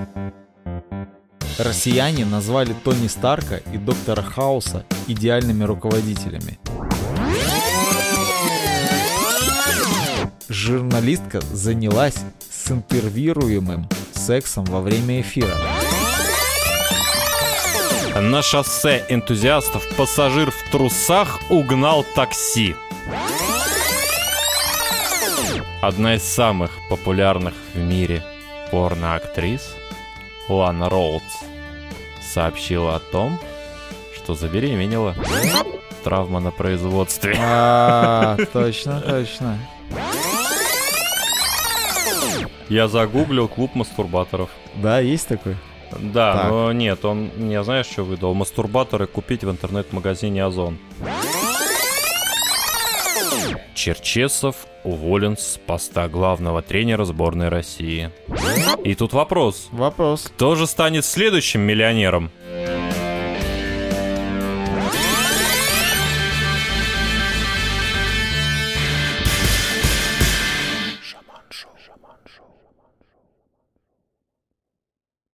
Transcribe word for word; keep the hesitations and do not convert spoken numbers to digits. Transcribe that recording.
Россияне назвали Тони Старка и Доктора Хауса идеальными руководителями. Журналистка занялась с интервьюируемым сексом во время эфира. На шоссе энтузиастов пассажир в трусах угнал такси. Одна из самых популярных в мире порноактрис Лана Роудс сообщила о том, что забеременела. Травма на производстве. А, точно, точно. Я загуглил клуб мастурбаторов. Да, есть такой? Да, Так. но нет, он мне знаешь, что выдал? Мастурбаторы купить в интернет-магазине Озон. Черчесов уволен с поста главного тренера сборной России. И тут вопрос. Вопрос. Кто же станет следующим миллионером?